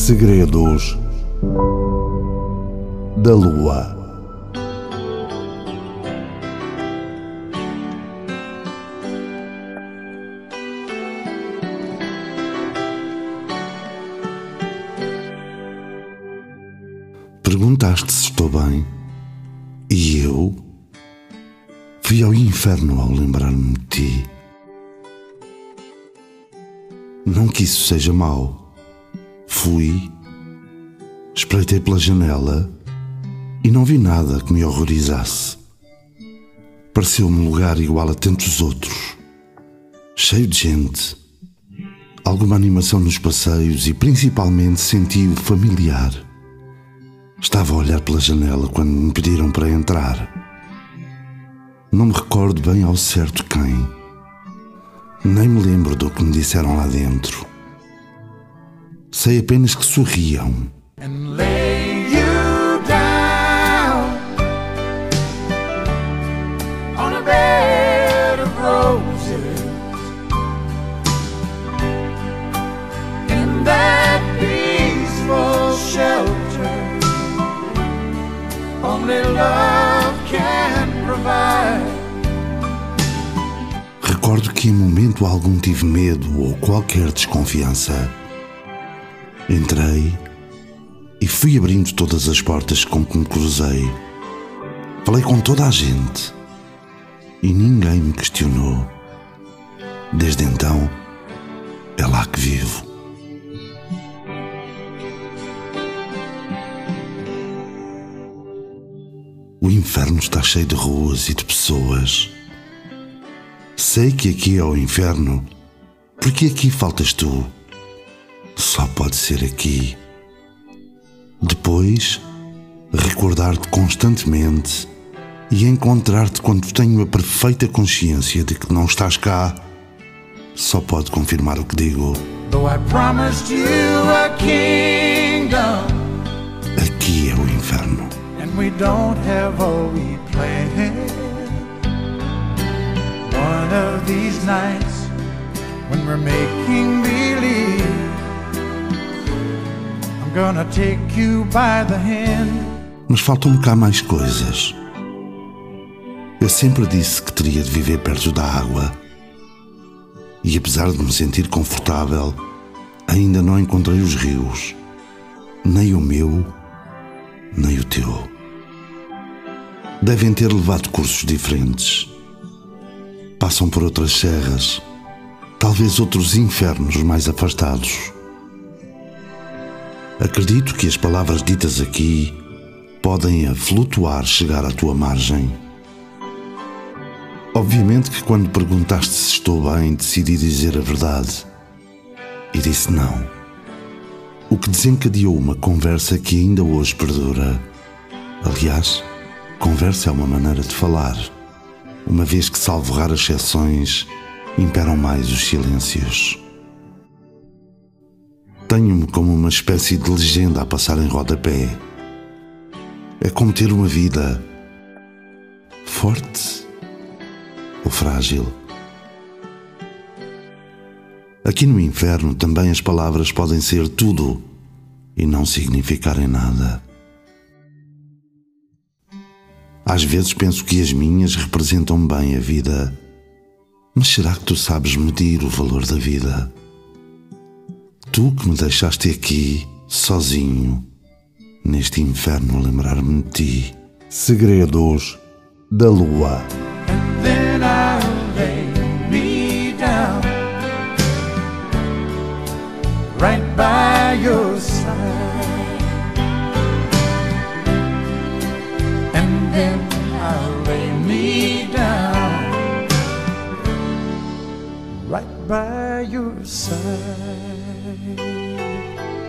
Segredos da Lua. Perguntaste se estou bem, e eu fui ao inferno ao lembrar-me de ti. Não que isso seja mau. Fui, espreitei pela janela e não vi nada que me horrorizasse. Pareceu-me um lugar igual a tantos outros, cheio de gente, alguma animação nos passeios e principalmente senti-o familiar. Estava a olhar pela janela quando me pediram para entrar. Não me recordo bem ao certo quem, nem me lembro do que me disseram lá dentro. Sei apenas que sorriam. And lay you down on a bed of roses in that peaceful shelter only love can provide. Recordo que em momento algum tive medo ou qualquer desconfiança. Entrei e fui abrindo todas as portas com que me cruzei. Falei com toda a gente e ninguém me questionou. Desde então, é lá que vivo. O inferno está cheio de ruas e de pessoas. Sei que aqui é o inferno, porque aqui faltas tu. Só pode ser aqui. Depois, recordar-te constantemente e encontrar-te quando tenho a perfeita consciência de que não estás cá, só pode confirmar o que digo. Though I promised you a kingdom, Aqui é o inferno. and we don't have all we planned. One of these nights when we're making believe, I'm gonna take you by the hand. Mas faltam-me cá mais coisas. Eu sempre disse que teria de viver perto da água. E apesar de me sentir confortável, ainda não encontrei os rios. Nem o meu, nem o teu. Devem ter levado cursos diferentes. Passam por outras serras, talvez outros infernos mais afastados. Acredito que as palavras ditas aqui podem a flutuar chegar à tua margem. Obviamente que quando perguntaste se estou bem, decidi dizer a verdade. E disse não. O que desencadeou uma conversa que ainda hoje perdura. Aliás, conversa é uma maneira de falar, uma vez que, salvo raras exceções, imperam mais os silêncios. Tenho-me como uma espécie de legenda a passar em rodapé. É como ter uma vida forte ou frágil. Aqui no inferno também as palavras podem ser tudo e não significarem nada. Às vezes penso que as minhas representam bem a vida, mas será que tu sabes medir o valor da vida? Tu que me deixaste aqui, sozinho, neste inferno a lembrar-me de ti. Segredos da Lua. And then I'll lay me down right by your side. And then I'll lay me down right by your side.